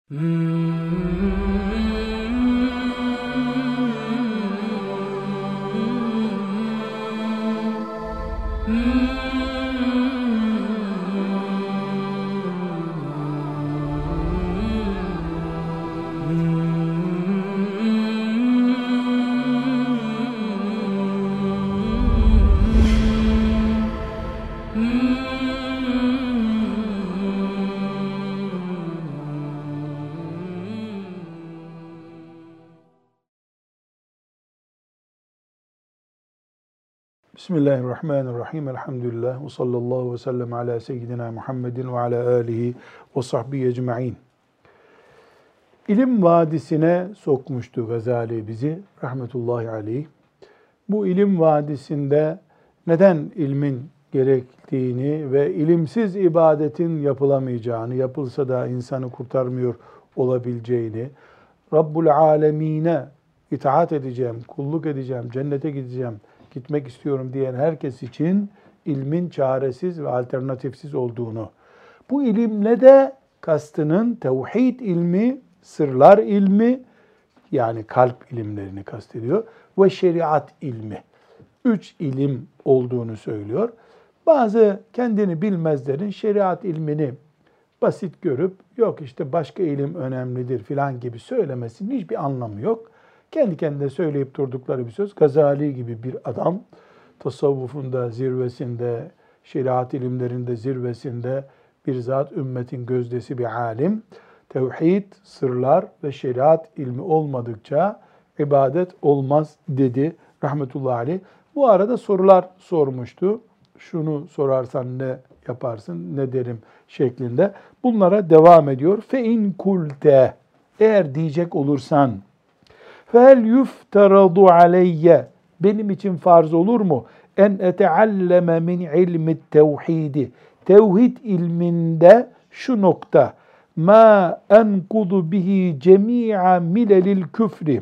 Bismillahirrahmanirrahim. Elhamdülillah. Ve sallallahu ve sellem ala seyyidina Muhammedin ve ala alihi ve sahbihi ecma'in. İlim vadisine sokmuştu Gazali bizi, rahmetullahi aleyh. Bu ilim vadisinde neden ilmin gerektiğini ve ilimsiz ibadetin yapılamayacağını, yapılsa da insanı kurtarmıyor olabileceğini, Rabbul Alemine itaat edeceğim, kulluk edeceğim, cennete gideceğim, gitmek istiyorum diyen herkes için ilmin çaresiz ve alternatifsiz olduğunu, bu ilimle de kastının tevhid ilmi, sırlar ilmi, yani kalp ilimlerini kastediyor ve şeriat ilmi, 3 ilim olduğunu söylüyor. Bazı kendini bilmezlerin şeriat ilmini basit görüp, yok işte başka ilim önemlidir filan gibi söylemesinin hiçbir anlamı yok. Kendi kendine söyleyip durdukları bir söz. Gazali gibi bir adam, tasavvufunda zirvesinde, şeriat ilimlerinde zirvesinde bir zat, ümmetin gözdesi bir alim. Tevhid, sırlar ve şeriat ilmi olmadıkça ibadet olmaz dedi rahmetullahi aleyh. Bu arada sorular sormuştu. Şunu sorarsan ne yaparsın, ne derim şeklinde. Bunlara devam ediyor. Fe in kulte, eğer diyecek olursan, fel yuftaradu aleyye, benim için farz olur mu? En etealleme min ilmi tevhidi, tevhid ilminde şu nokta, ma enkudu bihi cemi'a milelil küfri,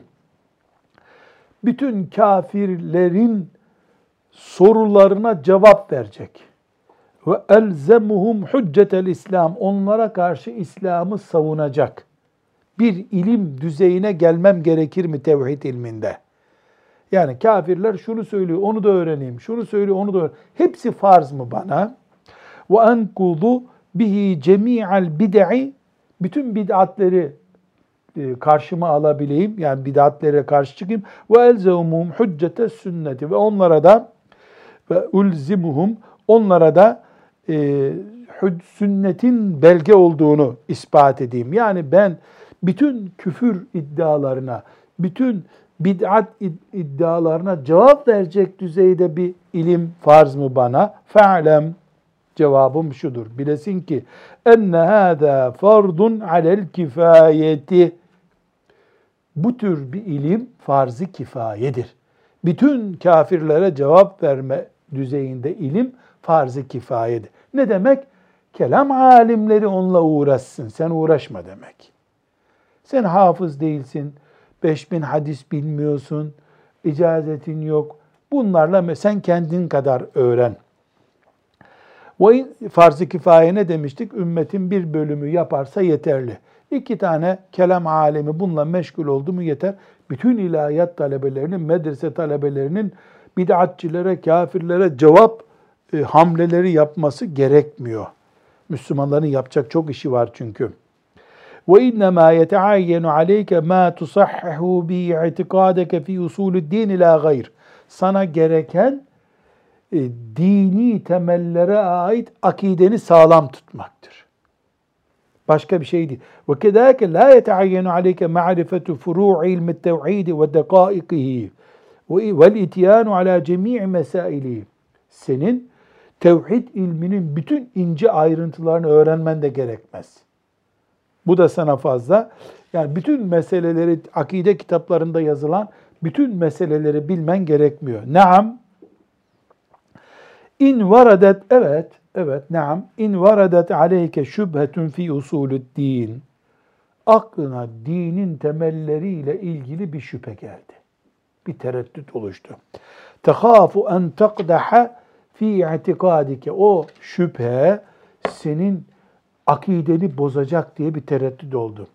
bütün kafirlerin sorularına cevap verecek. Ve elzemuhum hüccetel İslam, onlara karşı İslam'ı savunacak bir ilim düzeyine gelmem gerekir mi tevhid ilminde? Yani kafirler şunu söylüyor, onu da öğreneyim, şunu söylüyor, onu da öğreneyim. Hepsi farz mı bana? Ve enkudu bihi cemi'al bid'i, bütün bid'atleri karşıma alabileyim, yani bid'atlere karşı çıkayım. Ve elzemuhum hüccete sünneti, ve onlara da ve ulzimuhum, onlara da sünnetin belge olduğunu ispat edeyim. Yani ben bütün küfür iddialarına, bütün bid'at iddialarına cevap verecek düzeyde bir ilim farz mı bana? Fe'lem, cevabım şudur. Bilesin ki enne hâzâ fardun alel kifayeti. Bu tür bir ilim farz-ı kifayedir. Bütün kafirlere cevap verme düzeyinde ilim farz-ı kifayedir. Ne demek? Kelam alimleri onunla uğraşsın, sen uğraşma demek. Sen hafız değilsin, 5000 hadis bilmiyorsun, icazetin yok. Bunlarla sen kendin kadar öğren. Farz-ı kifaye ne demiştik? Ümmetin bir bölümü yaparsa yeterli. 2 tane kelam alemi bununla meşgul oldu mu yeter. Bütün ilahiyat talebelerinin, medrese talebelerinin bid'atçilere, kafirlere cevap hamleleri yapması gerekmiyor. Müslümanların yapacak çok işi var çünkü. وَاِنَّمَا يَتَعَيَّنُ عَلَيْكَ مَا تُصَحِّحُ بِاِعْتِقَادَكَ فِي اُصُولُ الدِّينِ لَا غَيْرِ. Sana gereken dini temellere ait akideni sağlam tutmaktır. Başka bir şey değil. وَكَذَاكَ لَا يَتَعَيَّنُ عَلَيْكَ مَعْرِفَةُ فُرُوعِ عِلْمِ التَّوْحِيدِ وَدَقَائِقِهِ وَالْاِتِيَانُ عَلَى جَمِيعِ مَسَائِلِهِ. Senin tevhid ilminin bütün ince ayrıntılarını öğrenmen de gerekmez. Bu da sana fazla. Yani bütün meseleleri, akide kitaplarında yazılan bütün meseleleri bilmen gerekmiyor. Naam. İn varadet, evet, naam. İn varadet aleyke şübhetun fi usulü'd-din. Aklına dinin temelleriyle ilgili bir şüphe geldi. Bir tereddüt oluştu. Tehâfu en takdaha fi i'tikadike. O şüphe senin akideni bozacak diye bir tereddüt oldu.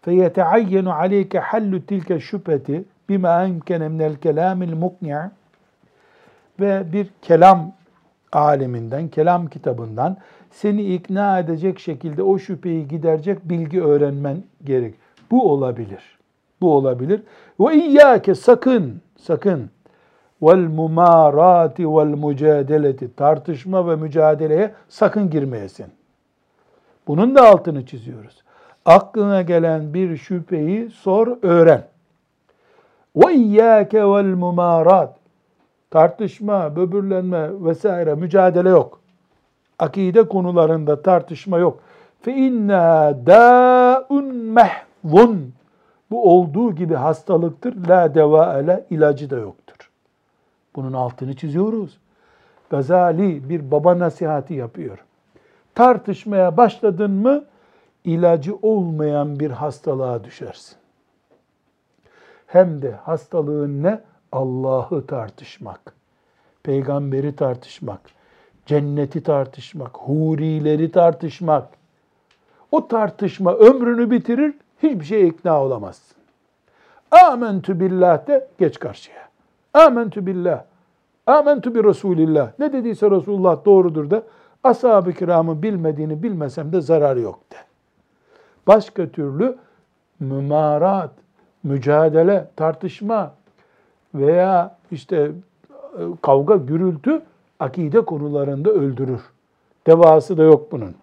فَيَتَعَيَّنُ عَلَيْكَ حَلُّ تِلْكَ الشُّبْهَةِ بِمَا اَمْكَنَ مِنَ الْكَلَامِ الْمُقْنِعِ. Ve bir kelam aleminden, kelam kitabından seni ikna edecek şekilde o şüpheyi giderecek bilgi öğrenmen gerek. Bu olabilir. Bu olabilir. Ve iyyâke, sakın vel mumarati vel mücadeleti, tartışma ve mücadeleye sakın girmeyesin. Bunun da altını çiziyoruz. Aklına gelen bir şüpheyi sor, öğren. Ve iyyâke vel mumarat, tartışma, böbürlenme vesaire, mücadele yok. Akide konularında tartışma yok. Fe inna da'un mahzun. Bu olduğu gibi hastalıktır. La devaele, ilacı da yoktur. Bunun altını çiziyoruz. Gazali bir baba nasihati yapıyor. Tartışmaya başladın mı ilacı olmayan bir hastalığa düşersin. Hem de hastalığın ne? Allah'ı tartışmak, peygamberi tartışmak, cenneti tartışmak, hurileri tartışmak. O tartışma ömrünü bitirir, hiçbir şeye ikna olamazsın. Âmentü billah de, geç karşıya. Âmentü billah, âmentü bi Resulillah. Ne dediyse Resulullah doğrudur de, ashab-ı kiramın bilmediğini bilmesem de zararı yok de. Başka türlü mümarat, mücadele, tartışma veya işte kavga, gürültü akide konularında öldürür. Devası da yok bunun.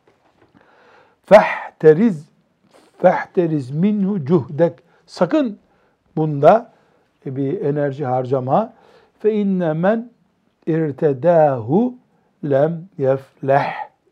Fehteriz minhu cuhdek. Sakın bunda bir enerji harcama. Fe inne men irtedahu lem yefleh.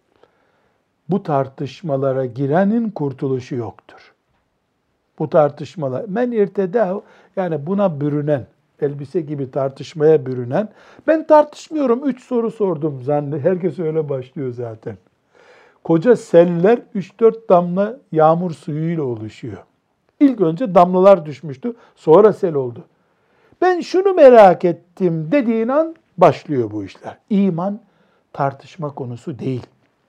Bu tartışmalara girenin kurtuluşu yoktur. Bu tartışmalar, men irtedahu, yani buna bürünen, elbise gibi tartışmaya bürünen, ben tartışmıyorum, 3 soru sordum zannet. Herkes öyle başlıyor zaten. Koca seller 3-4 damla yağmur suyuyla oluşuyor. İlk önce damlalar düşmüştü, sonra sel oldu. Ben şunu merak ettim dediğin an başlıyor bu işler. İman tartışma konusu değil.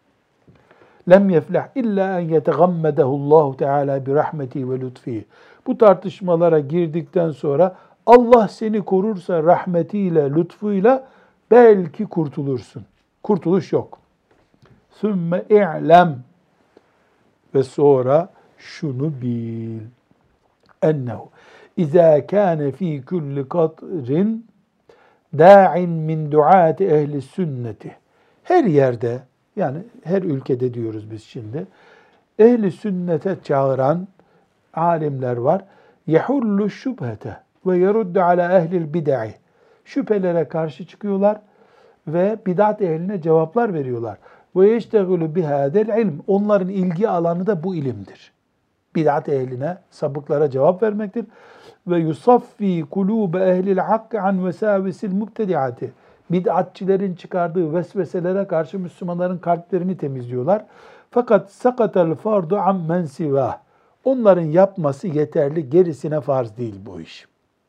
Lem yeflah illa en yetegammedehu Allahu Teala bi rahmeti ve lütfihi. Bu tartışmalara girdikten sonra Allah seni korursa rahmetiyle, lütfuyla belki kurtulursun. Kurtuluş yok. Sümme i'lem, ve sonra şunu bil. Ennehu İzâ kâne fî kulli katrin dâ'in min duâti ehli sünneti. Her yerde, yani her ülkede diyoruz biz şimdi, ehli sünnete çağıran alimler var. Yehullu şüphete ve yeruddu ala ehlil bid'i. Şüphelere karşı çıkıyorlar ve bid'at ehline cevaplar veriyorlar. Ve yeştegülü bihâdel ilm. Onların ilgi alanı da bu ilimdir. Bid'at ehline, sapıklara cevap vermektir. Ve yusaffi kulûbe ehlil hakkı an vesâvisil mubtedi'ati. Bid'atçilerin çıkardığı vesveselere karşı Müslümanların kalplerini temizliyorlar. Fakat sakatel fardu ammen sivâh. Onların yapması yeterli, gerisine farz değil bu iş.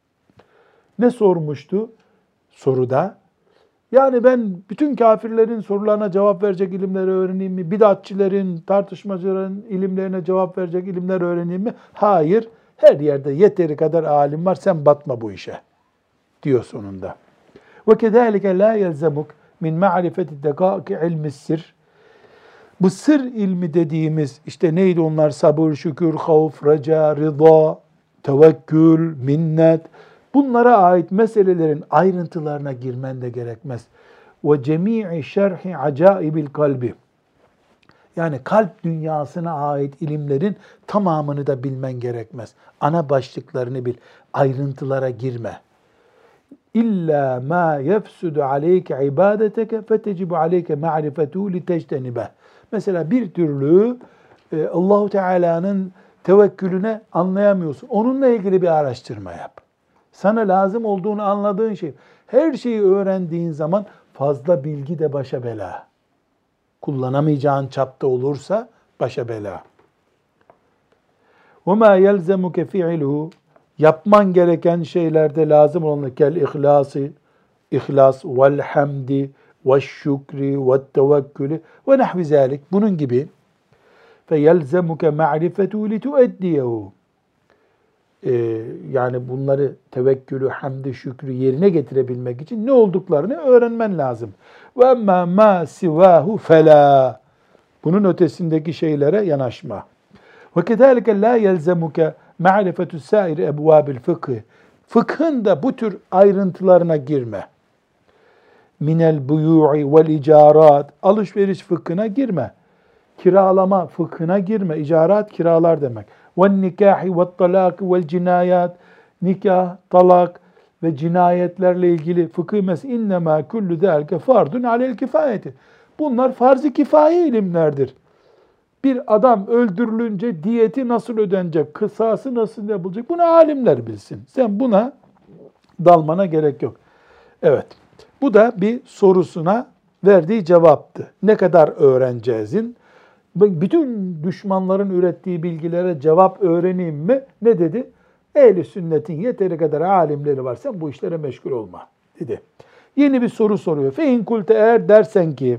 Ne sormuştu soruda? Yani ben bütün kafirlerin sorularına cevap verecek ilimleri öğreneyim mi? Bid'atçilerin, tartışmacıların ilimlerine cevap verecek ilimler öğreneyim mi? Hayır, her yerde yeteri kadar alim var, sen batma bu işe diyor sonunda. وَكَذَٰلِكَ لَا يَلْزَمُكْ مِنْ مَعْرِفَةِ الدَّقَائِقِ عِلْمِ السِّرِّ. Bu sır ilmi dediğimiz, işte neydi onlar? Sabır, şükür, havf, reca, rıza, tevekkül, minnet. Bunlara ait meselelerin ayrıntılarına girmen de gerekmez. وَجَمِيعِ شَرْحِ عَجَائِبِ الْقَلْبِ. Yani kalp dünyasına ait ilimlerin tamamını da bilmen gerekmez. Ana başlıklarını bil, ayrıntılara girme. İlla ma yefsudu aleyke ibadeteke fetecibu aleyke ma'rifetu litectenibe. Mesela bir türlü Allahu Teala'nın tevekkülüne anlayamıyorsun. Onunla ilgili bir araştırma yap. Sana lazım olduğunu anladığın şey. Her şeyi öğrendiğin zaman fazla bilgi de başa bela. Kullanamayacağın çapta olursa başa bela. وَمَا يَلْزَمُكَ فِعِلُهُ. Yapman gereken şeylerde lazım olan kel ihlası, ihlas, vel hamdi, ve şükri, ve tevekkülü ve nahvi zalik. Bunun gibi فَيَلْزَمُكَ مَعْرِفَتُهُ لِتُؤَدِّيَهُ Yani bunları tevekkülü, hamdi, şükrü yerine getirebilmek için ne olduklarını öğrenmen lazım. وَاَمَّا مَا سِوَاهُ فَلَا Bunun ötesindeki şeylere yanaşma. وَكَذَٰلِكَ لَا يَلْزَمُكَ مَعْرِفَةُ سَائِرِ اَبْوَابِ الْفِقْهِ Fıkhın da bu tür ayrıntılarına girme. Minel buyu'i vel icarat alışveriş fıkhına girme. Kiralama fıkhına girme. İcarat kiralar demek. Vel nikahi vel talak vel cinayat nikah, talak ve cinayetlerle ilgili fıkıh mesela innema kullu zâlike fardun alel kifayeti. Bunlar farz-ı kifaye ilimlerdir. Bir adam öldürülünce diyeti nasıl ödenecek, kısası nasıl yapılacak bunu alimler bilsin. Sen buna dalmana gerek yok. Evet, bu da bir sorusuna verdiği cevaptı. Ne kadar öğreneceğizin? Bütün düşmanların ürettiği bilgilere cevap öğreneyim mi? Ne dedi? Ehl-i sünnetin yeteri kadar alimleri var. Sen bu işlere meşgul olma dedi. Yeni bir soru soruyor. Fe in kulte eğer dersen ki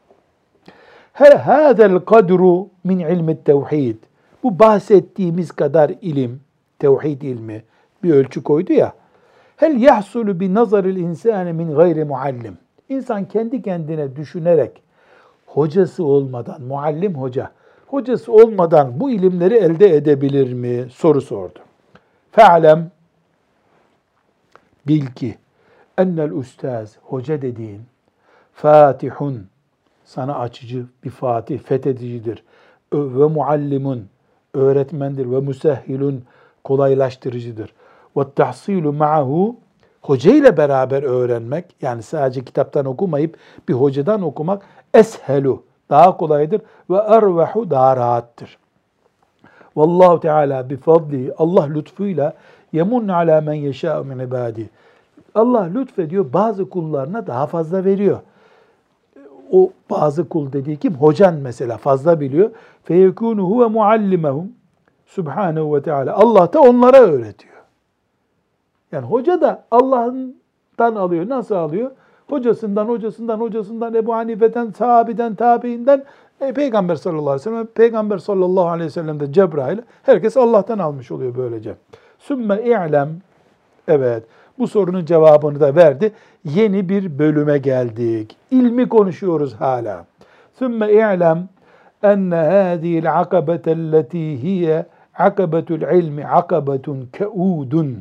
hâzel kadru min ilmi tevhid. Bu bahsettiğimiz kadar ilim, tevhid ilmi bir ölçü koydu ya. Hel yahsulu bi nazaril insani min gayri muallim. İnsan kendi kendine düşünerek hocası olmadan, muallim hoca, hocası olmadan bu ilimleri elde edebilir mi? Soru sordu. Fe'lem bil ki ennel ustaz, hoca dediğin fatihun, sana açıcı bir fatih, fethedicidir. Ve muallimun, öğretmendir. Ve musehhilun, kolaylaştırıcıdır. Ve tahsilu ma'ahu, hoca ile beraber öğrenmek, yani sadece kitaptan okumayıp bir hocadan okumak, eshelu, daha kolaydır. Ve ervehu, daha rahattır. Vallahu Teala bifadlihi, Allah lütfuyla yemunnu ala men yeşâ'u min ibâdihi. Allah lütfediyor, bazı kullarına daha fazla veriyor. O bazı kul dediği kim? Hocan mesela fazla biliyor. فَيَكُونُ هُوَ مُعَلِّمَهُمْ Subhanehu ve Teala. Allah da onlara öğretiyor. Yani hoca da Allah'tan alıyor. Nasıl alıyor? Hocasından, Ebu Hanife'den, sahabeden, tabiinden, Peygamber sallallahu aleyhi ve sellem, Peygamber sallallahu aleyhi ve sellem de Cebrail. Herkes Allah'tan almış oluyor böylece. Sümme i'lem. Evet. Bu sorunun cevabını da verdi. Yeni bir bölüme geldik. İlmi konuşuyoruz hala. Sümme i'lem enne hâzihil akabetelleti hiye akabetul ilmi akabetun keudun.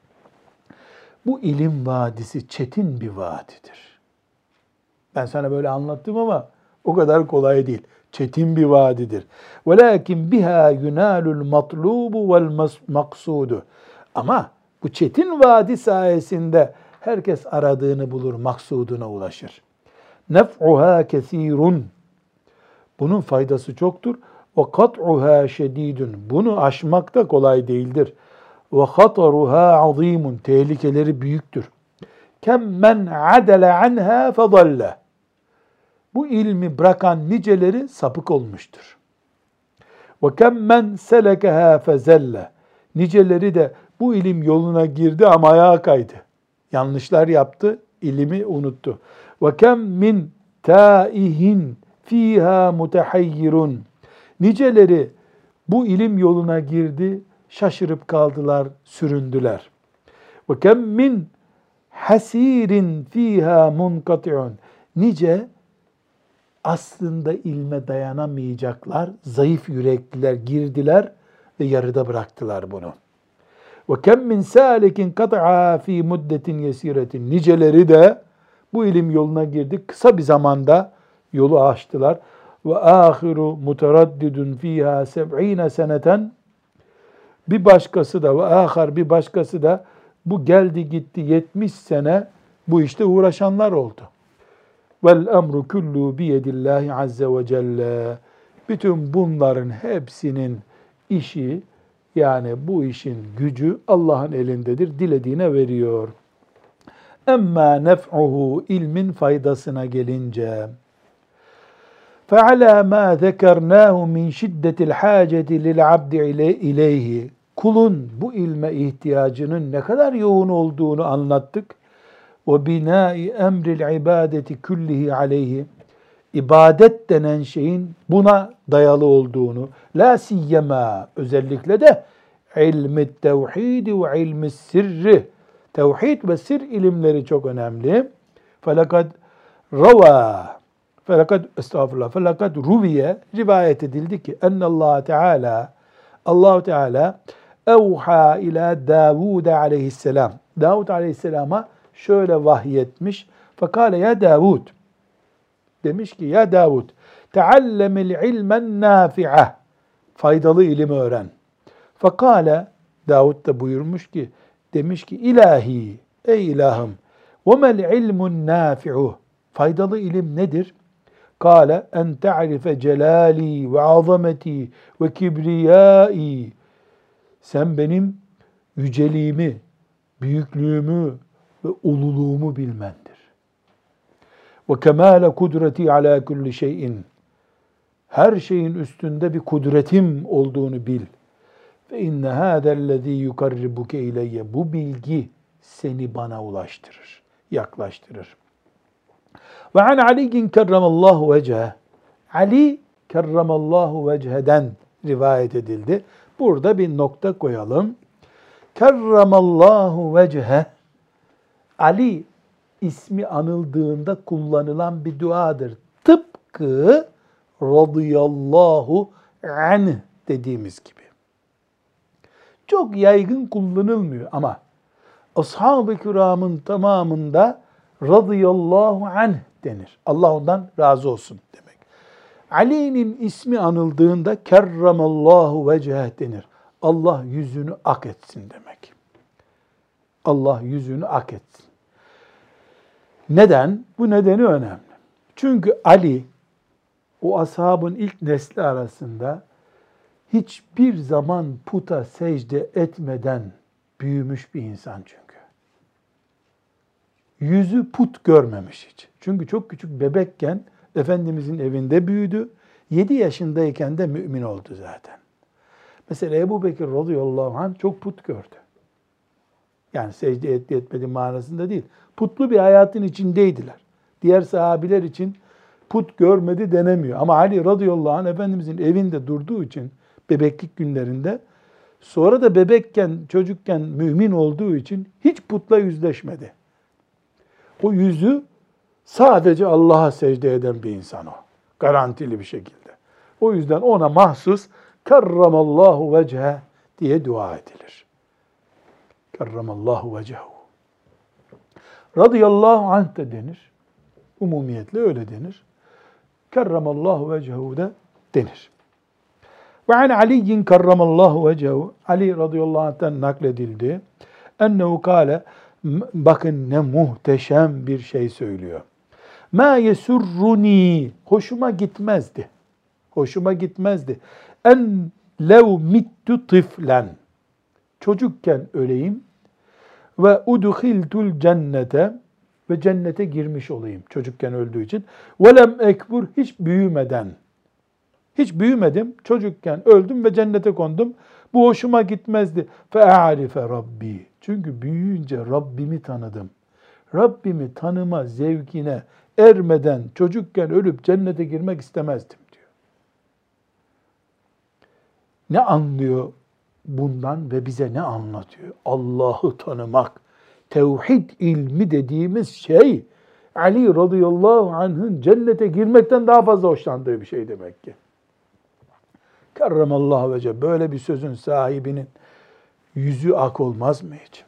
Bu ilim vadisi çetin bir vadidir. Ben sana böyle anlattım ama o kadar kolay değil. Çetin bir vadidir. Velakin biha yunalul matlubu vel maksudu. Ama bu çetin vadi sayesinde herkes aradığını bulur, maksuduna ulaşır. Nef'uha kesirun. Bunun faydası çoktur. Ve kat'uha şedidun. Bunu aşmak da kolay değildir. Ve hataruha azimun. Tehlikeleri büyüktür. Kemmen adele anha fedalle. Bu ilmi bırakan niceleri sapık olmuştur. Ve kemmen selekeha fezelle. Niceleri de bu ilim yoluna girdi ama ayağa kaydı. Yanlışlar yaptı, ilimi unuttu. Ve kem min taihin fiha mutehayyirun. Niceleri bu ilim yoluna girdi, şaşırıp kaldılar, süründüler. Ve kem min hasirin fiha munkati'un. Nice aslında ilme dayanamayacaklar, zayıf yürekliler girdiler ve yarıda bıraktılar bunu. وَكَمْ مِنْ سَالِكٍ قَطْعَا ف۪ي مُدَّةٍ يَس۪يرَةٍ. Niceleri de bu ilim yoluna girdi. Kısa bir zamanda yolu açtılar. وَآخِرُ مُتَرَدِّدٌ ف۪يهَا 70 seneten. Bir başkası da bir başkası da bu geldi gitti 70 sene bu işte uğraşanlar oldu. وَالْاَمْرُ كُلُّ بِيَدِ اللّٰهِ عَزَّ وَجَلَّ. Bütün bunların hepsinin işi, yani bu işin gücü Allah'ın elindedir. Dilediğine veriyor. Emma nef'uhu, ilmin faydasına gelince فَعَلَى مَا ذَكَرْنَاهُ مِنْ شِدَّةِ الْحَاجَةِ لِلْعَبْدِ اِلَيْهِ. Kulun bu ilme ihtiyacının ne kadar yoğun olduğunu anlattık. وَبِنَاءِ اَمْرِ الْعِبَادَةِ كُلِّهِ عَلَيْهِ. ibadet denen şeyin buna dayalı olduğunu, la siyyema özellikle de ilmi tevhid ve ilmi sirri, tevhid ve sir ilimleri çok önemli. Felakad rava, felakad ruviye, rivayet edildi ki ennallahu Teala, Allahu Teala evha ila Davud aleyhisselam. Davud aleyhisselama şöyle vahyetmiş. Fakale ya Davud, demiş ki ya Davud, teallemil ilmen nafi'ah, faydalı ilimi öğren. Fakale, Davud da buyurmuş ki, demiş ki ilahi, ey ilahım, ve mel ilmun nafi'u, faydalı ilim nedir? Kale en ta'rife celali ve azameti ve kibriyai, sen benim yüceliğimi, büyüklüğümü ve ululuğumu bilmendir. Ve kemale kudreti ala kulli şeyin, her şeyin üstünde bir kudretim olduğunu bil. Ve inne hâzellezî yukarribuke ileyye, bu bilgi seni bana ulaştırır, yaklaştırır. Ve an Ali'in kerramallahu vecehe, Ali kerramallahu veceheden rivayet edildi. Burada bir nokta koyalım. Kerramallahu vecehe, Ali ismi anıldığında kullanılan bir duadır. Tıpkı radıyallahu anh dediğimiz gibi. Çok yaygın kullanılmıyor ama ashab-ı kiramın tamamında radıyallahu anh denir. Allah ondan razı olsun demek. Ali'nin ismi anıldığında kerramallahu veceh denir. Allah yüzünü ak etsin demek. Allah yüzünü ak etsin. Neden? Bu nedeni önemli. Çünkü Ali, o ashabın ilk nesli arasında hiçbir zaman puta secde etmeden büyümüş bir insan çünkü. Yüzü put görmemiş hiç. Çünkü çok küçük bebekken Efendimizin evinde büyüdü. 7 yaşındayken de mümin oldu zaten. Mesela Ebu Bekir radıyallahu anh çok put gördü. Yani secde etti etmedi manasında değil. Putlu bir hayatın içindeydiler. Diğer sahabiler için put görmedi denemiyor. Ama Ali radıyallahu anh Efendimizin evinde durduğu için bebeklik günlerinde, sonra da bebekken, çocukken mümin olduğu için hiç putla yüzleşmedi. O yüzü sadece Allah'a secde eden bir insan o. Garantili bir şekilde. O yüzden ona mahsus kerramallahu vecehe diye dua edilir. Kerramallahu vecehu. Radıyallahu anh da denir. Umumiyetle öyle denir. Kerramallahu vecehu da denir. Ve an Ali'in kerramallahu vecehu, Ali radıyallahu anh'tan nakledildi. Ennehu kâle, bakın ne muhteşem bir şey söylüyor. Ma yesurruni, hoşuma gitmezdi. Hoşuma gitmezdi. En lev mittu tiflen, çocukken öleyim ve udkhiltul cennete, ve cennete girmiş olayım çocukken öldüğü için. Ve lem ekbur, hiç büyümeden. Hiç büyümedim, çocukken öldüm ve cennete kondum. Bu hoşuma gitmezdi. Fe'arife Rabbi. Çünkü büyüyünce Rabbimi tanıdım. Rabbimi tanıma zevkine ermeden çocukken ölüp cennete girmek istemezdim diyor. Ne anlıyor bundan ve bize ne anlatıyor? Allah'ı tanımak, tevhid ilmi dediğimiz şey, Ali radıyallahu anh'ın cennete girmekten daha fazla hoşlandığı bir şey demek ki. Kerremallahu vece, böyle bir sözün sahibinin yüzü ak olmaz mı hiç?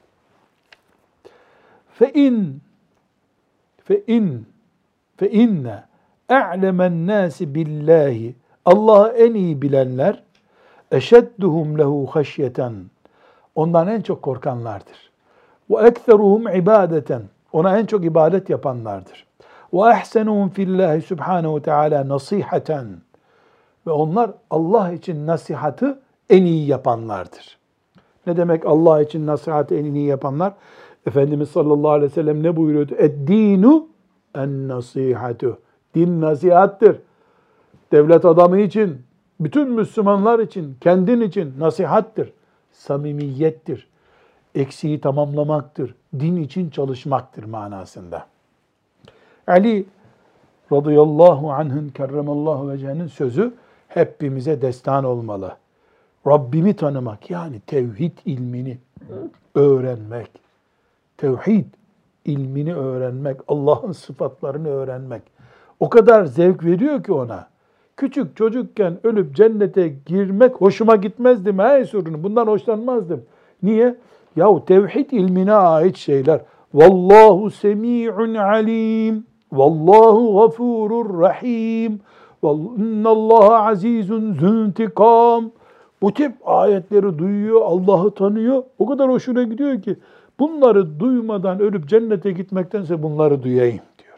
Fe inne a'lemen nasi billahi, Allah'ı en iyi bilenler eşedduhum lehu haşyeten, ondan en çok korkanlardır. Ve ekseruhum ibadeten, ona en çok ibadet yapanlardır. Ve ahsenuhum fillahi subhanehu teala nasihaten, ve onlar Allah için nasihatı en iyi yapanlardır. Ne demek Allah için nasihatı en iyi yapanlar? Efendimiz sallallahu aleyhi ve sellem ne buyuruyordu? Eddinu en nasihatu. Din nasihattır. Devlet adamı için, bütün Müslümanlar için, kendin için nasihattır. Samimiyettir. Eksiği tamamlamaktır. Din için çalışmaktır manasında. Ali radıyallahu anh'ın kerremallahu vecehe'nin sözü hepimize destan olmalı. Rabbimi tanımak, yani tevhid ilmini öğrenmek, tevhid ilmini öğrenmek, Allah'ın sıfatlarını öğrenmek o kadar zevk veriyor ki ona. Küçük çocukken ölüp cennete girmek hoşuma gitmezdi mi? Hey sorunu. Bundan hoşlanmazdım. Niye? Yahu tevhid ilmine ait şeyler. Vallahu semi'un alim. Vallahu gafurur rahim. İnnallaha azizun zuntikam. Bu tip ayetleri duyuyor, Allah'ı tanıyor. O kadar hoşuna gidiyor ki bunları duymadan ölüp cennete gitmektense bunları duyayım diyor.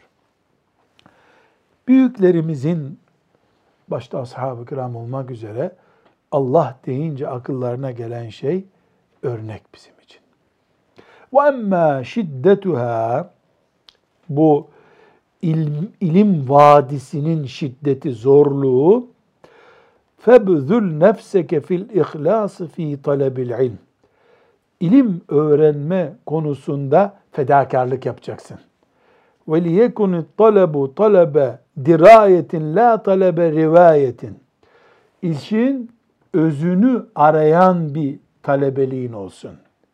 Büyüklerimizin başta ashab-ı kiram olmak üzere Allah deyince akıllarına gelen şey örnek bizim için. وَاَمَّا şiddetuha, bu ilim vadisinin şiddeti, zorluğu, فَبْذُلْ نَفْسَكَ فِي الْاِخْلَاصِ ف۪ي طَلَبِ الْعِلْمِ, İlim öğrenme konusunda fedakarlık yapacaksın. وَلِيَكُنِ الطَّلَبُ طَلَبَ dirayetin la talebe rivayetin. İşin özünü arayan bir talebeliğin olsun.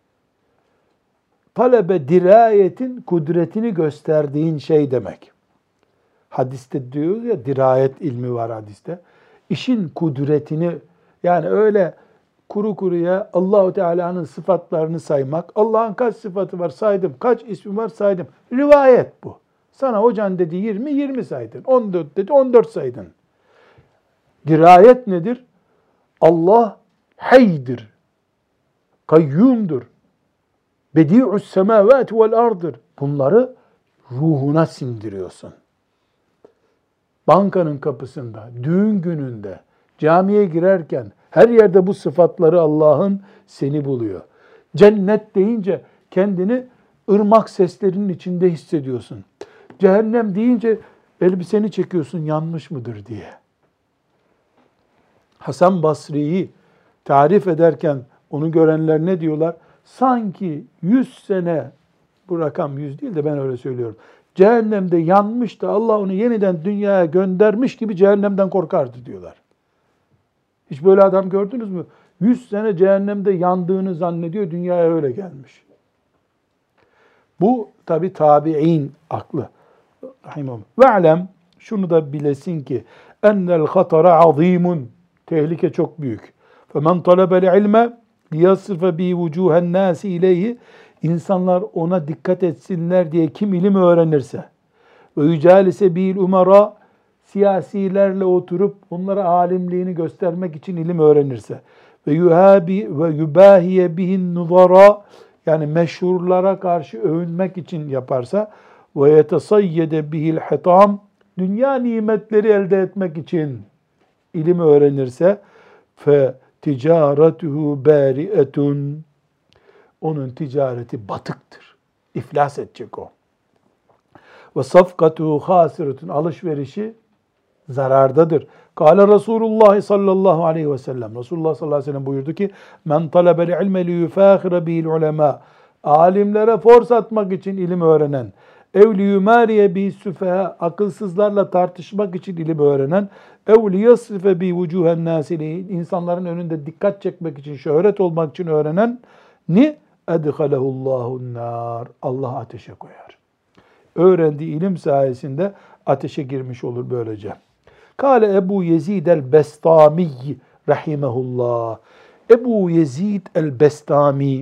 Talebe dirayetin kudretini gösterdiğin şey demek. Hadiste diyoruz ya, dirayet ilmi var hadiste. İşin kudretini, yani öyle kuru kuruya Allahu Teala'nın sıfatlarını saymak, Allah'ın kaç sıfatı var saydım, kaç ismi var saydım. Rivayet bu. Sana hocan dedi 20, 20 saydın. 14 dedi, 14 saydın. Dirayet nedir? Allah haydir, kayyumdur, bedi'us semavati vel ardır. Bunları ruhuna sindiriyorsun. Bankanın kapısında, düğün gününde, camiye girerken her yerde bu sıfatları Allah'ın seni buluyor. Cennet deyince kendini ırmak seslerinin içinde hissediyorsun. Cehennem deyince elbiseni çekiyorsun yanmış mıdır diye. Hasan Basri'yi tarif ederken onu görenler ne diyorlar? Sanki 100 sene, bu rakam 100 değil de ben öyle söylüyorum, cehennemde yanmış da Allah onu yeniden dünyaya göndermiş gibi cehennemden korkardı diyorlar. Hiç böyle adam gördünüz mü? 100 sene cehennemde yandığını zannediyor, dünyaya öyle gelmiş. Bu tabi tabi'in aklı. Ve'lem, şunu da bilesin ki ennel hatara azimun, tehlike çok büyük. Femen talebel ilme liyasrife bi vucuhen nasi ileyhi, insanlar ona dikkat etsinler diye kim ilim öğrenirse ve yücalise bil umara, siyasilerle oturup onlara alimliğini göstermek için ilim öğrenirse ve yuhabi ve yubahiye bihin nuzara, yani meşhurlara karşı övünmek için yaparsa ve yetesayyede bihil hitam, dünya nimetleri elde etmek için ilim öğrenirse fe ticaretuhu bari'etun, onun ticareti batıktır. İflas edecek o. Ve safkatuhu hasiretun, alışverişi zarardadır. Kâle Resulullah sallallahu aleyhi ve sellem. Resulullah sallallahu aleyhi ve sellem buyurdu ki: "Men talebel ilme li yufâkhire bil ulema." Alimlere fors atmak için ilim öğrenen, ev li yumâriye bi süfeha, akılsızlarla tartışmak için ilim öğrenen, ev li yasrife bi vucuhen nâsili, insanların önünde dikkat çekmek için, şöhret olmak için öğrenen ni edhalehullahun nar, Allah ateşe koyar. Öğrendiği ilim sayesinde ateşe girmiş olur böylece. Kâle Ebu Yezid el-Bestami rahimehullah. Ebu Yezid el-Bestami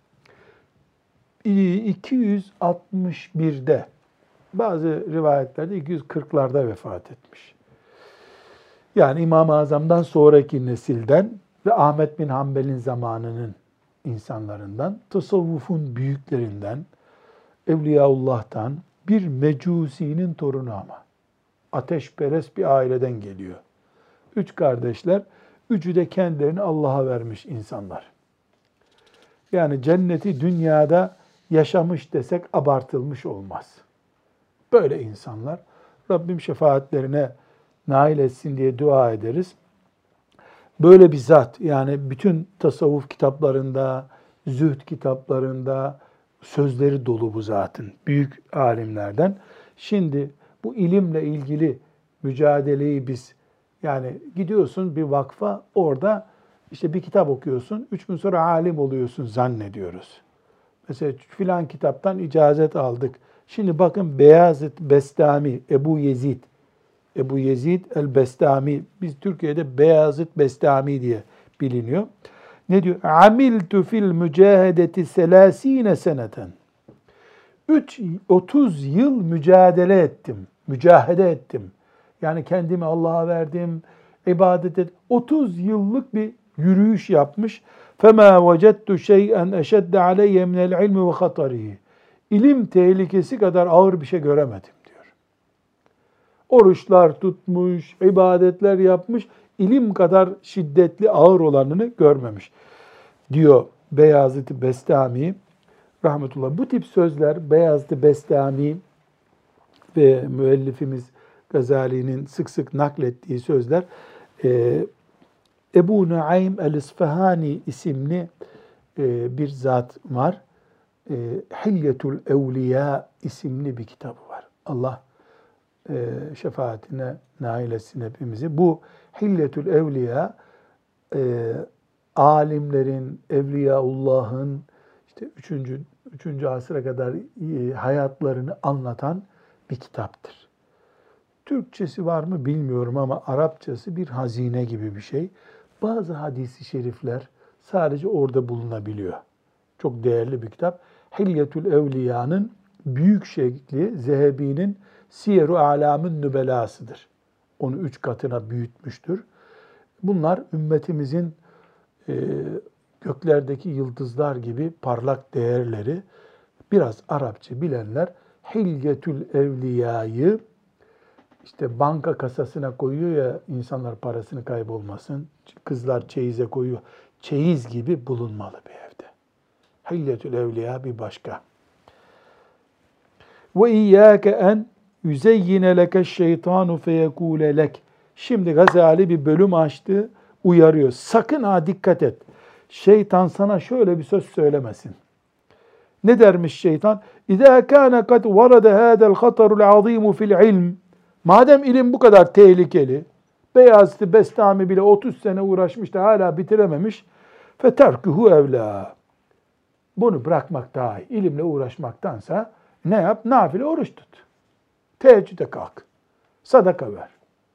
261'de, bazı rivayetlerde 240'larda vefat etmiş. Yani İmam-ı Azam'dan sonraki nesilden ve Ahmet bin Hanbel'in zamanının insanlarından, tasavvufun büyüklerinden, Evliyaullah'tan, bir mecusinin torunu ama. Ateşperest bir aileden geliyor. 3 kardeşler, üçü de kendilerini Allah'a vermiş insanlar. Yani cenneti dünyada yaşamış desek abartılmış olmaz. Böyle insanlar, Rabbim şefaatlerine nail etsin diye dua ederiz. Böyle bir zat, yani bütün tasavvuf kitaplarında, zühd kitaplarında sözleri dolu bu zatın, büyük alimlerden. Şimdi Bu ilimle ilgili mücadeleyi biz, yani gidiyorsun bir vakfa, orada işte bir kitap okuyorsun, 3 gün sonra alim oluyorsun zannediyoruz. Mesela filan kitaptan icazet aldık. Şimdi bakın Beyazıt Bestami, Ebu Yezid el-Bestami, biz Türkiye'de Beyazıt Bestami diye biliniyor. Ne diyor? Amiltu fil mücahedeti 30 seneten. 30 yıl mücahede ettim. Yani kendimi Allah'a verdim, ibadet et. 30 yıllık bir yürüyüş yapmış. فَمَا وَجَدْتُ شَيْئًا اَشَدَّ عَلَيَّ مِنَ الْعِلْمِ وَخَطَرِهِ. İlim tehlikesi kadar ağır bir şey göremedim diyor. Oruçlar tutmuş, ibadetler yapmış, ilim kadar şiddetli, ağır olanını görmemiş diyor Beyazıt-ı Bestami rahmetullah. Bu tip sözler Beyazıt-ı Bestami ve müellifimiz Gazali'nin sık sık naklettiği sözler. Ebu Nuaym el-İsfahani isimli bir zat var. Hilyetul Evliya isimli bir kitabı var. Allah şefaatine nail etsin hepimizi. Bu Hilyetul Evliya alimlerin, Evliyaullah'ın işte 3. asıra kadar hayatlarını anlatan bir kitaptır. Türkçesi var mı bilmiyorum ama Arapçası bir hazine gibi bir şey. Bazı hadis-i şerifler sadece orada bulunabiliyor. Çok değerli bir kitap. Hilyetül Evliya'nın büyük şekli Zehebi'nin Siyer-u A'lam'ın nübelasıdır. Onu 3 katına büyütmüştür. Bunlar ümmetimizin göklerdeki yıldızlar gibi parlak değerleri. Biraz Arapça bilenler Hilyetül Evliya'yı işte banka kasasına koyuyor ya, insanlar parasını kaybolmasın. Kızlar çeyize koyuyor. Çeyiz gibi bulunmalı bir evde. Hilyetül Evliya bir başka. Ve iyyâke en yüzeyyine leke'ş-şeytanu feyekûle lek. Şimdi Gazali bir bölüm açtı, uyarıyor. Sakın ha dikkat et. Şeytan sana şöyle bir söz söylemesin. Ne dermiş şeytan? İzâ kâne kad varada hâdel hatarul azîmu fil ilm. Madem ilim bu kadar tehlikeli, Beyazıt-ı Bestami bile 30 sene uğraşmış da hala bitirememiş. Feterkuhu evlâ. Bunu bırakmak daha iyi. İlimle uğraşmaktansa ne yap? Nafile oruç tut. Teheccüde kalk. Sadaka ver.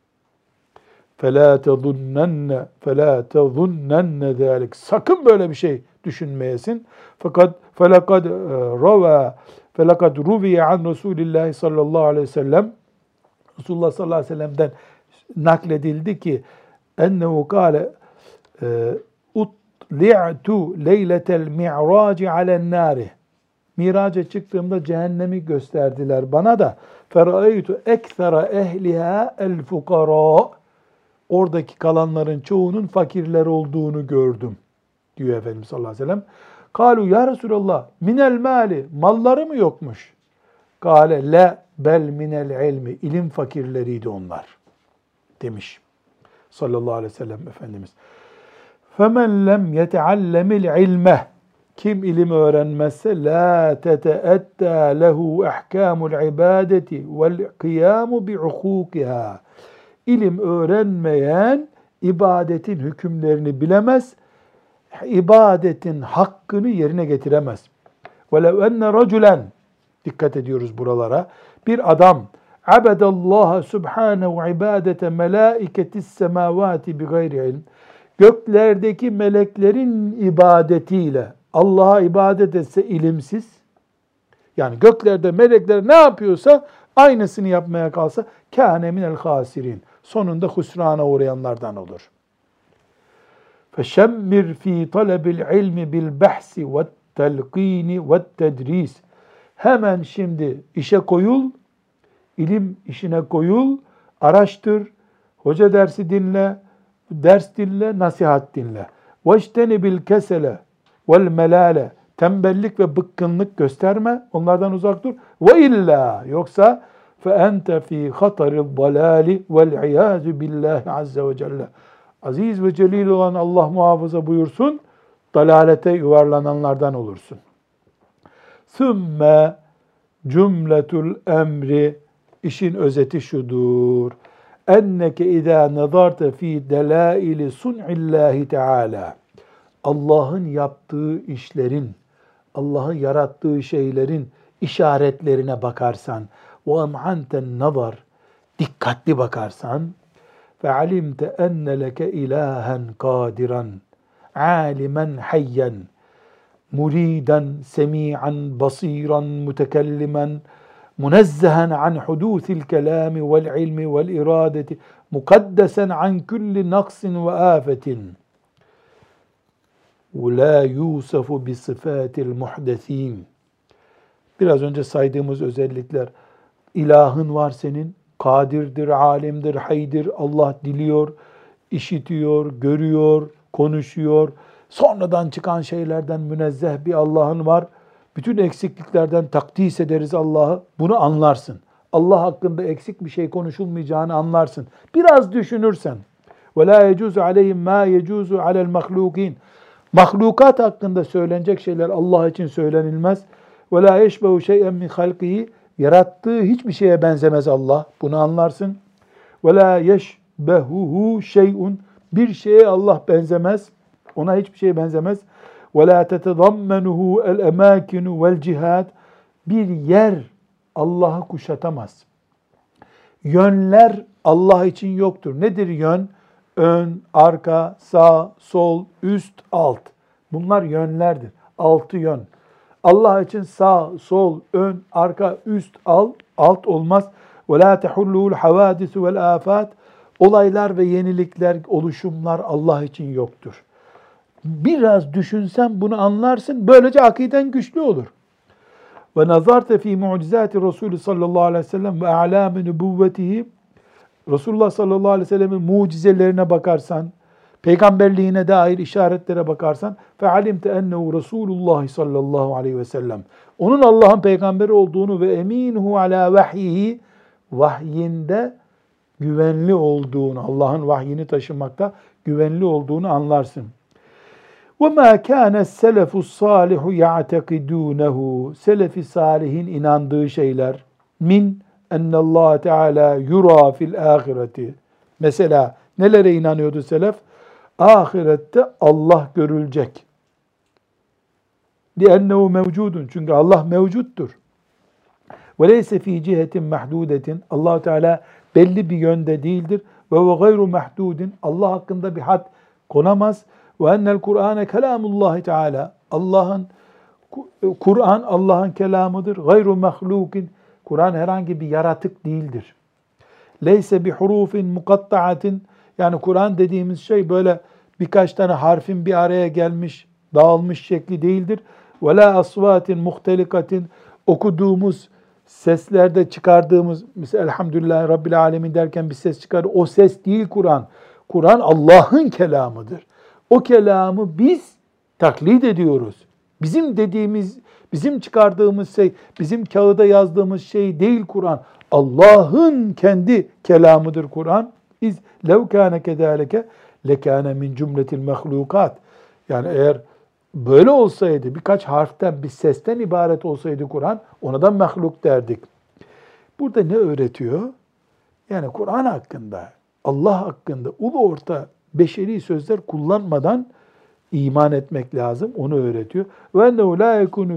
فَلَا تَظُنَّنَّ ذَٰلِكَ. Sakın böyle bir şey düşünmeyesin. Fakat فَلَقَدْ رُوِيَ عَنْ رَسُولِ اللّٰهِ sallallahu aleyhi ve sellem. Resulullah sallallahu aleyhi ve sellem'den nakledildi ki ennehu kâle utli'tu leyletel mi'raci alen nâri. Miraca çıktığımda cehennemi gösterdiler bana da. Ferâeytu ekthera ehliha el fukara. Oradaki kalanların çoğunun fakirler olduğunu gördüm diyor Efendimiz sallallahu aleyhi ve sellem. Kalu ya Resulallah minel mali, malları mı yokmuş? Kale le bel minel ilmi, ilim fakirleriydi onlar demiş sallallahu aleyhi ve sellem Efendimiz. Femen lem yeteallemil ilme, kim ilim öğrenmezse la teteetta lehu ahkamul ibadeti vel kıyamu bi hukukiha. İlim öğrenmeyen ibadetin hükümlerini bilemez, ibadetin hakkını yerine getiremez. وَلَوْ اَنَّ رَجُلًا, dikkat ediyoruz buralara, bir adam abedallaha subhanehu ibadete melaiketis semavati bi gayri ilm, göklerdeki meleklerin ibadetiyle Allah'a ibadet etse ilimsiz, yani göklerde melekler ne yapıyorsa aynısını yapmaya kalsa kâne minel hâsirin, sonunda husrana uğrayanlardan olur. فَشَمِّرْ ف۪ي طَلَبِ الْعِلْمِ بِالْبَحْسِ وَالتَّلْق۪ينِ وَالتَّدْر۪يسِ. Hemen şimdi işe koyul, ilim işine koyul, araştır, hoca dersi dinle, ders dinle, nasihat dinle. وَاجْتَنِبِ الْكَسَلَ وَالْمَلَالَ. Tembellik ve bıkkınlık gösterme, onlardan uzak dur. وَاِلَّا, yoksa فَاَنْتَ ف۪ي خَطَرِ الضَّلَالِ وَالْعِيَاذُ بِاللّٰهِ عَزَّ وَجَلَّ. Aziz ve celil olan Allah muhafaza buyursun, dalalete yuvarlananlardan olursun. ثُمَّ cümletul emri İşin özeti şudur. Enneke izâ nazarte fî delâili sun'illâhi teâlâ. Allah'ın yaptığı işlerin, Allah'ın yarattığı şeylerin işaretlerine bakarsan, وَاَمْعَنْتَ النَّظَرِ dikkatli bakarsan, فَعَلِمْتَ اَنَّ لَكَ اِلَٰهًا قَادِرًا عَالِمًا حَيًّا مُرِيدًا سَمِيعًا بَصِيرًا مُتَكَلِّمًا منزها عن حدوث الكلام والعلم والإرادة مقدسا عن كل نقص وآفة ولا يوصف بصفات المحدثين. Biraz önce saydığımız özellikler, ilahın var senin, kadirdir, alimdir, haydir, Allah diliyor, işitiyor, görüyor, konuşuyor. Sonradan çıkan şeylerden münezzeh bir Allah'ın var. Bütün eksikliklerden takdis ederiz Allah'ı. Bunu anlarsın. Allah hakkında eksik bir şey konuşulmayacağını anlarsın. Biraz düşünürsen. وَلَا يَجُوزُ عَلَيْهِمْ مَا يَجُوزُ عَلَى الْمَخْلُوقِينَ Mahlukat hakkında söylenecek şeyler Allah için söylenilmez. وَلَا يَشْبَهُ شَيْئًا مِنْ خَلْقِهِ Yarattığı hiçbir şeye benzemez Allah. Bunu anlarsın. وَلَا يَشْبَهُهُ شَيْءٌ Bir şeye Allah benzemez. Ona hiçbir şeye benzemez. وَلَا تَتَضَمَّنُهُ الْاَمَاكِنُ وَالْجِهَادِ Bir yer Allah'ı kuşatamaz. Yönler Allah için yoktur. Nedir yön? Ön, arka, sağ, sol, üst, alt. Bunlar yönlerdir. 6 yön. Allah için sağ, sol, ön, arka, üst, alt olmaz. وَلَا تَحُلُّهُ الْحَوَادِثُ وَالْآفَاتِ Olaylar ve yenilikler, oluşumlar Allah için yoktur. Biraz düşünsen bunu anlarsın. Böylece akiden güçlü olur. Ve nazarte fi mucizati Resulü sallallahu aleyhi ve sellem ve a'lâmi nübüvvetihi Resulullah sallallahu aleyhi ve sellemin mucizelerine bakarsan, peygamberliğine dair işaretlere bakarsan fe'alimte ennehu Resulullah sallallahu aleyhi ve sellem. Onun Allah'ın peygamberi olduğunu ve eminuhu ala vahyihi vahyinde güvenli olduğunu, Allah'ın vahyini taşımakta güvenli olduğunu anlarsın. وَمَا كَانَ السَّلَفُ الصَّالِحُ يَعْتَقِدُونَهُ Selefi salihin inandığı şeyler min ennallâhe teâlâ yura fil âhireti. Mesela nelere inanıyordu selef? Ahirette Allah görülecek. لِأَنَّهُ mevcudun. Çünkü Allah mevcuttur. وَلَيْسَ ف۪ي cihetin mahdudetin. Allah Teala belli bir yönde değildir. وَهُوَ غَيْرُ mahdudin. Allah hakkında bir had konamaz. وَاَنَّ الْقُرْآنَ كَلَامُ اللّٰهِ Teala. Kur'an Allah'ın kelamıdır. Gayru mahlukin. Kur'an herhangi bir yaratık değildir. Leyse bi hurufin mukatta'atin. Yani Kur'an dediğimiz şey böyle birkaç tane harfin bir araya gelmiş, dağılmış şekli değildir. Ve la asvatin muhtelikatin. Okuduğumuz seslerde çıkardığımız, mesela Elhamdülillahi Rabbil Alemin derken bir ses çıkar. O ses değil Kur'an. Kur'an Allah'ın kelamıdır. O kelamı biz taklit ediyoruz. Bizim dediğimiz, bizim çıkardığımız şey, bizim kağıda yazdığımız şey değil Kur'an. Allah'ın kendi kelamıdır Kur'an. İz lev kâne kedâleke lekâne min cümletil mehlukat. Yani eğer böyle olsaydı, birkaç harften, bir sesten ibaret olsaydı Kur'an, ona da mehluk derdik. Burada ne öğretiyor? Yani Kur'an hakkında, Allah hakkında ulu orta beşeri sözler kullanmadan iman etmek lazım. Onu öğretiyor. Ve ennehu la yekunu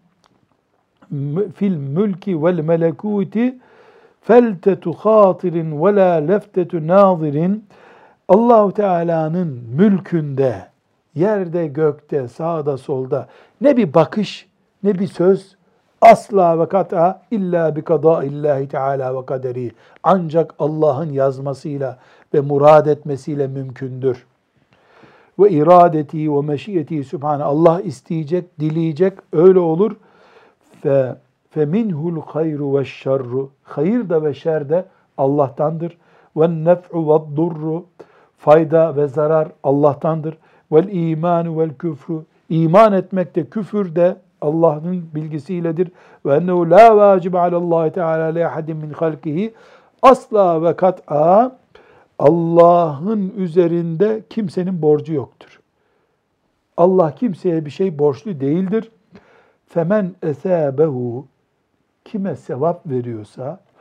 fil mülki vel melekuti feltetu hatirin ve la leftetu nazirin. Allah-u Teala'nın mülkünde, yerde, gökte, sağda, solda ne bir bakış, ne bir söz, asla ve kat'a illa bi kadâillahi Teala ve kaderi. Ancak Allah'ın yazmasıyla ve murad etmesiyle mümkündür. Ve iradeti ve meşiyeti Sübhane. Allah isteyecek, dileyecek, öyle olur. Feminhul hayru ve şerru. Hayır da ve şer de Allah'tandır. Ve nef'u ve durru. Fayda ve zarar Allah'tandır. Vel imanu vel küfru. İman etmek de küfür de Allah'ın bilgisiyledir. Ve ennehu la vacibe alallahi teala li ahadin min halkihi. Asla ve kat'a Allah'ın üzerinde kimsenin borcu yoktur. Allah kimseye bir şey borçlu değildir. Femen esâbehu kime sevap veriyorsa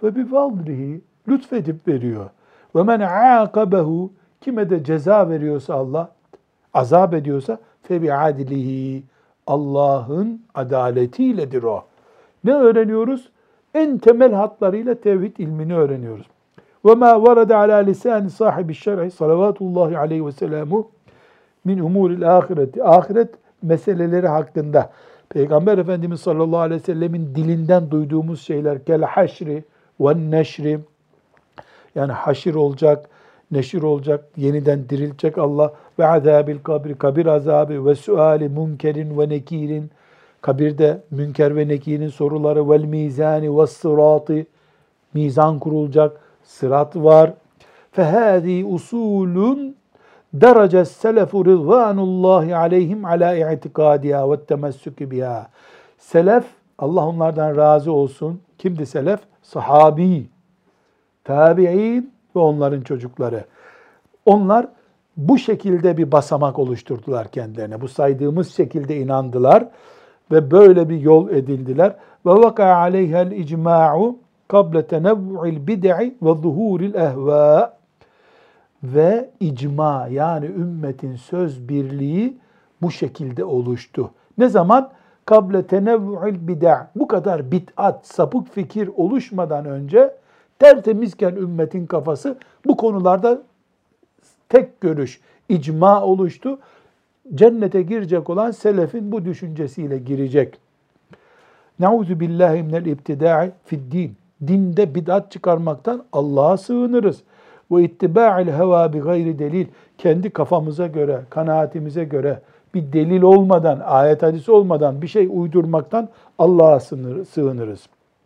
Ve bi fadlihi lütfedip veriyor. Ve men aqabehu kime de ceza veriyorsa Allah, azap ediyorsa fe bi adlihi Allah'ın adaletiyledir o. Ne öğreniyoruz? En temel hatlarıyla tevhid ilmini öğreniyoruz. Ve ma varada ala lisan sahibi şer'i salavatullahi aleyhi ve selamu min umuril ahireti. Ahiret meseleleri hakkında Peygamber Efendimiz sallallahu aleyhi ve sellemin dilinden duyduğumuz şeyler kel haşri ve neşri, yani haşir olacak, neşir olacak, yeniden dirilecek Allah ve azabil kabri, kabir azabı ve suali münkerin ve nekirin, kabirde münker ve nekirin soruları vel mizani ve sıratı, mizan kurulacak, sırat var. Fehâzî usulun derece selefu rızvanullahi aleyhim ala i'tikadiha ve temessüki biha. Selef, Allah onlardan razı olsun. Kimdi selef? Sahabi, tabi'in ve onların çocukları. Onlar bu şekilde bir basamak oluşturdular kendilerine. Bu saydığımız şekilde inandılar ve böyle bir yol edildiler. Ve vaka aleyhel icma'u kable tenevvu'il bid'i ve zuhuril ehva. Ve icma, yani ümmetin söz birliği bu şekilde oluştu. Ne zaman? Kable tenevvu'il bid'a. Bu kadar bid'at, sapık fikir oluşmadan önce tertemizken ümmetin kafası bu konularda tek görüş, icma oluştu. Cennete girecek olan selefin bu düşüncesiyle girecek. Nauzu billahi minel ibtida'i fid din. Dinde bid'at çıkarmaktan Allah'a sığınırız. Ve ittiba'il heva bi gayri delil. Kendi kafamıza göre, kanaatimize göre bir delil olmadan, ayet hadis olmadan bir şey uydurmaktan Allah'a sığınırız.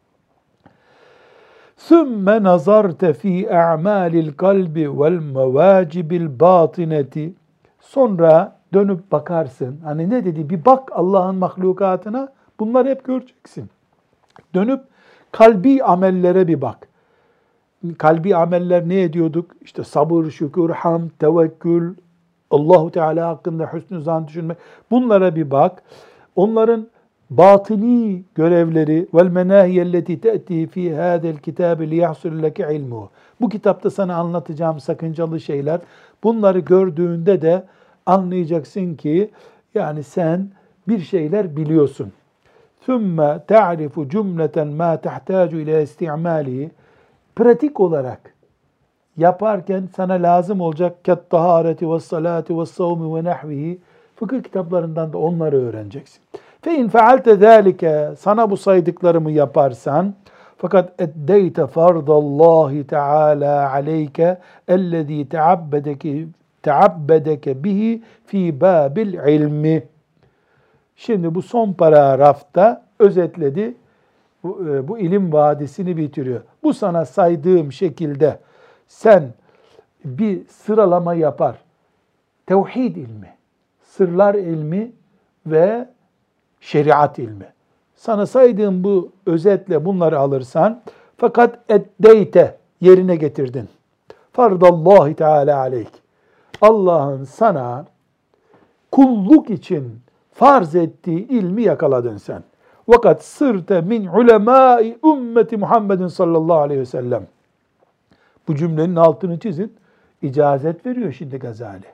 ثُمَّ نَظَرْتَ ف۪ي اَعْمَالِ الْقَلْبِ وَالْمَوَاجِبِ الْبَاطِنَةِ. Sonra dönüp bakarsın. Hani ne dedi? Bir bak Allah'ın mahlukatına. Bunları hep göreceksin. Dönüp kalbi amellere bir bak. Kalbi ameller ne ediyorduk? İşte sabır, şükür, hamd, tevekkül, Allahu Teala hakkında hüsnü zan düşünmek. Bunlara bir bak. Onların batini görevleri vel menahiyelleti te'ti fi hada'l kitab li yahsul leke ilmu. Bu kitapta sana anlatacağım sakıncalı şeyler. Bunları gördüğünde de anlayacaksın ki yani sen bir şeyler biliyorsun. Thumma ta'rifu cümleten ma tahtaju ila istimalihi. Pratik olarak yaparken sana lazım olacak ket tahareti ve salati ve savmi ve nahvihi. Fıkıh kitaplarından da onları öğreneceksin. Fe in faalte zalike, sana bu saydıklarımı yaparsan, fakat eddeyte fardallahi teala aleyke ellezî teabbedeke bihi fi babil ilmi. Şimdi bu son paragrafta özetledi. Bu ilim vadisini bitiriyor. Bu sana saydığım şekilde sen bir sıralama yapar. Tevhid ilmi, sırlar ilmi ve şeriat ilmi. Sana saydığım bu özetle bunları alırsan, fakat eddeyte, yerine getirdin. Fardallahi Teala aleyk. Allah'ın sana kulluk için farz ettiği ilmi yakaladın sen. Vakat sırte min ulemâi ümmeti Muhammedin sallallahu aleyhi ve sellem. Bu cümlenin altını çizin. İcazet veriyor şimdi Gazali.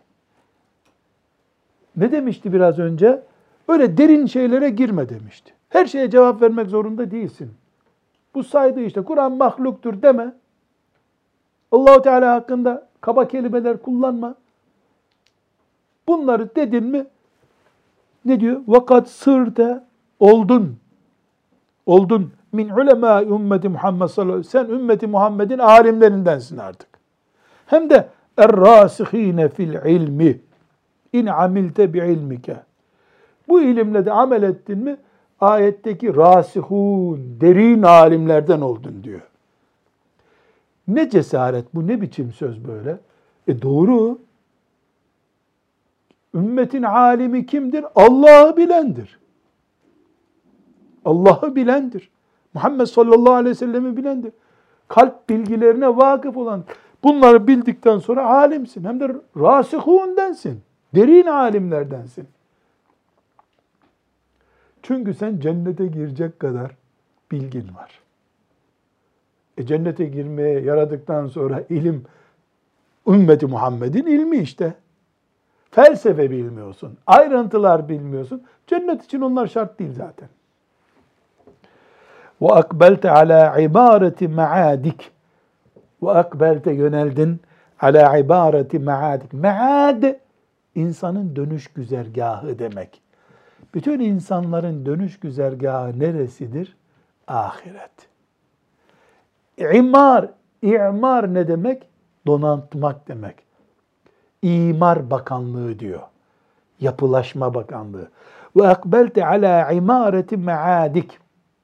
Ne demişti biraz önce? Öyle derin şeylere girme demişti. Her şeye cevap vermek zorunda değilsin. Bu saydığı işte Kur'an mahluktur deme. Allah-u Teala hakkında kaba kelimeler kullanma. Bunları dedin mi ne diyor? Vakat sırte oldun. Oldun. Min ulemâ ümmeti Muhammed sallallahu aleyhi ve sellem. Sen ümmeti Muhammed'in alimlerindensin artık. Hem de er-râsihîne fil ilmi. İn amilte bi ilmike. Bu ilimle de amel ettin mi ayetteki rasihun, derin alimlerden oldun diyor. Ne cesaret bu, ne biçim söz böyle? Doğru. Ümmetin alimi kimdir? Allah'ı bilendir. Allah'ı bilendir. Muhammed sallallahu aleyhi ve sellem'i bilendir. Kalp bilgilerine vakıf olan, bunları bildikten sonra alimsin. Hem de rasihundensin. Derin alimlerdensin. Çünkü sen cennete girecek kadar bilgin var. Cennete girmeye yaradıktan sonra ilim, ümmeti Muhammed'in ilmi işte. Felsefe bilmiyorsun, ayrıntılar bilmiyorsun. Cennet için onlar şart değil zaten. Ve akbelte ala ibareti maadik. Ve akbelte yöneldin ala ibareti maadik. Maad, insanın dönüş güzergahı demek. Bütün insanların dönüş güzergahı neresidir? Ahiret. İmar ne demek? Donatmak demek. İmar Bakanlığı diyor. Yapılaşma Bakanlığı. Ve akbelte ala imareti maadik.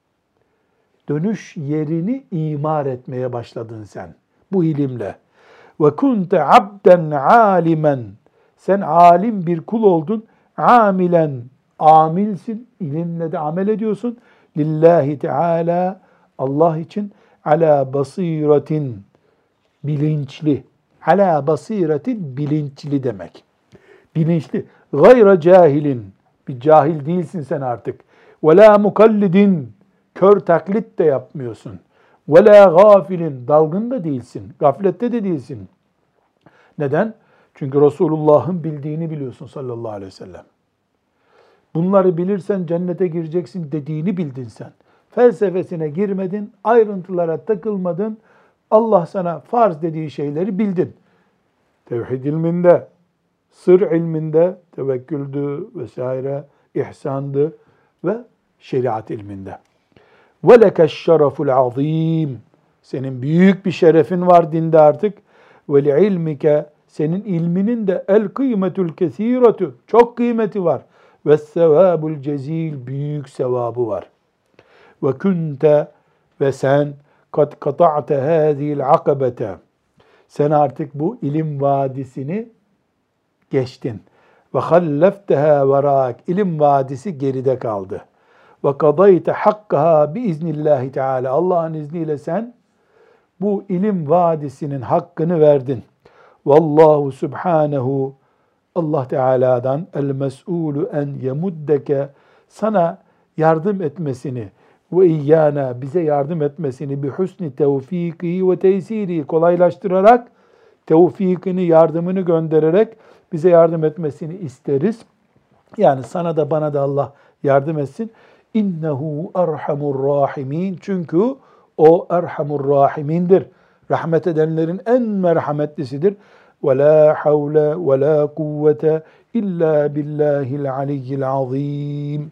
Dönüş yerini imar etmeye başladın sen bu ilimle. Ve kunte abden alimen. Sen alim bir kul oldun. Amilen, amilsin. İlimle de amel ediyorsun. Lillahi Teala, Allah için ala basiretin, bilinçli. Ala basiretin, bilinçli demek. Bilinçli. Gayra cahilin, bir cahil değilsin sen artık. Ve la mukallidin, kör taklit de yapmıyorsun. Ve la gafilin, dalgın da değilsin. Gaflette de değilsin. Neden? Çünkü Resulullah'ın bildiğini biliyorsun sallallahu aleyhi ve sellem. Bunları bilirsen cennete gireceksin dediğini bildin sen. Felsefesine girmedin, ayrıntılara takılmadın. Allah sana farz dediği şeyleri bildin. Tevhid ilminde, sır ilminde, tevekküldü vesaire, ihsandı ve şeriat ilminde. وَلَكَ الشَّرَفُ الْعَظِيمِ. Senin büyük bir şerefin var dinde artık. وَلِعِلْمِكَ, senin ilminin de el-kıymetül kesîretu, çok kıymeti var. وَالسَّوَابُ الْجَزîl, büyük sevabı var. وَكُنْتَ, ve sen قَدْ قَطَعْتَ هَذِهِ الْعَقَبَةَ, sen artık bu ilim vadisini geçtin. وَخَلَّفْتَهَا وَرَاكَ, ilim vadisi geride kaldı. وَقَضَيْتَ حَقَّهَا بِإِذْنِ Teala, Allah'ın izniyle sen bu ilim vadisinin hakkını verdin. Vallahu subhanehu, Allah Teala'dan el-mes'ulu en yemuddeke, sana yardım etmesini ve iyyana, bize yardım etmesini bi husni tevfiki ve teysiri, kolaylaştırarak, tevfikini, yardımını göndererek bize yardım etmesini isteriz. Yani sana da bana da Allah yardım etsin. İnnehu erhamur rahimin, çünkü o erhamur rahimindir. Rahmet edenlerin en merhametlisidir. Ve la havle ve la kuvvete illa billahil aliyyil azim.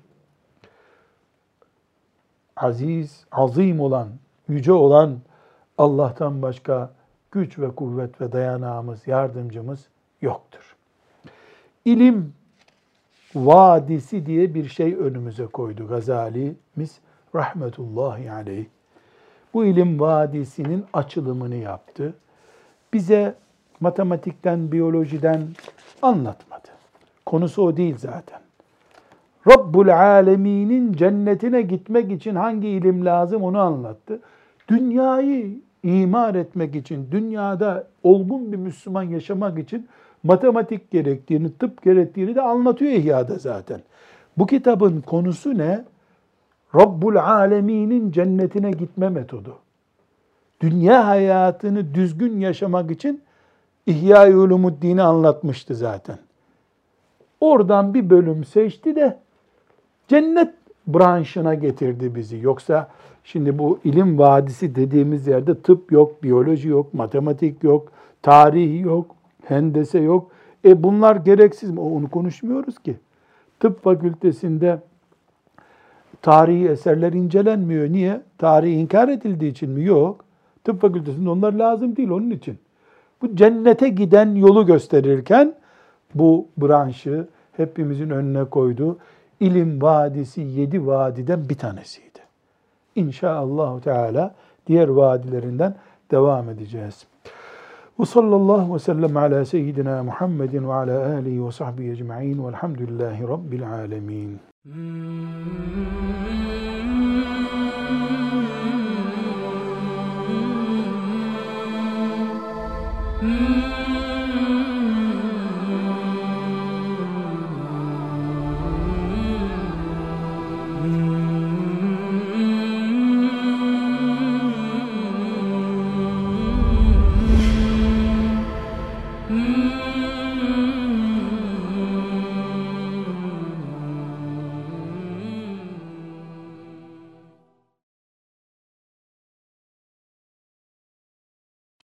Aziz, azim olan, yüce olan Allah'tan başka güç ve kuvvet ve dayanağımız, yardımcımız yoktur. İlim vadisi diye bir şey önümüze koydu Gazali'miz rahmetullahi aleyh. Bu ilim vadisinin açılımını yaptı. Bize matematikten, biyolojiden anlatmadı. Konusu o değil zaten. Rabbul Alemin'in cennetine gitmek için hangi ilim lazım onu anlattı. Dünyayı imar etmek için, dünyada olgun bir Müslüman yaşamak için matematik gerektiğini, tıp gerektiğini de anlatıyor İhya'da zaten. Bu kitabın konusu ne? Rabbul Alemin'in cennetine gitme metodu. Dünya hayatını düzgün yaşamak için İhya-i Ulumuddin'i anlatmıştı zaten. Oradan bir bölüm seçti de cennet branşına getirdi bizi. Yoksa şimdi bu ilim vadisi dediğimiz yerde tıp yok, biyoloji yok, matematik yok, tarih yok, hendese yok. Bunlar gereksiz mi? Onu konuşmuyoruz ki. Tıp fakültesinde tarihi eserler incelenmiyor. Niye? Tarih inkar edildiği için mi? Yok. Tıp fakültesinde onlar lazım değil onun için. Bu cennete giden yolu gösterirken bu branşı hepimizin önüne koydu. İlim vadisi 7 vadiden bir tanesiydi. İnşaallah Teala diğer vadilerinden devam edeceğiz. Ve sallallahu ve sellem ala seyyidina Muhammedin ve ala alihi ve sahbihi ecma'in velhamdülillahi rabbil alemin.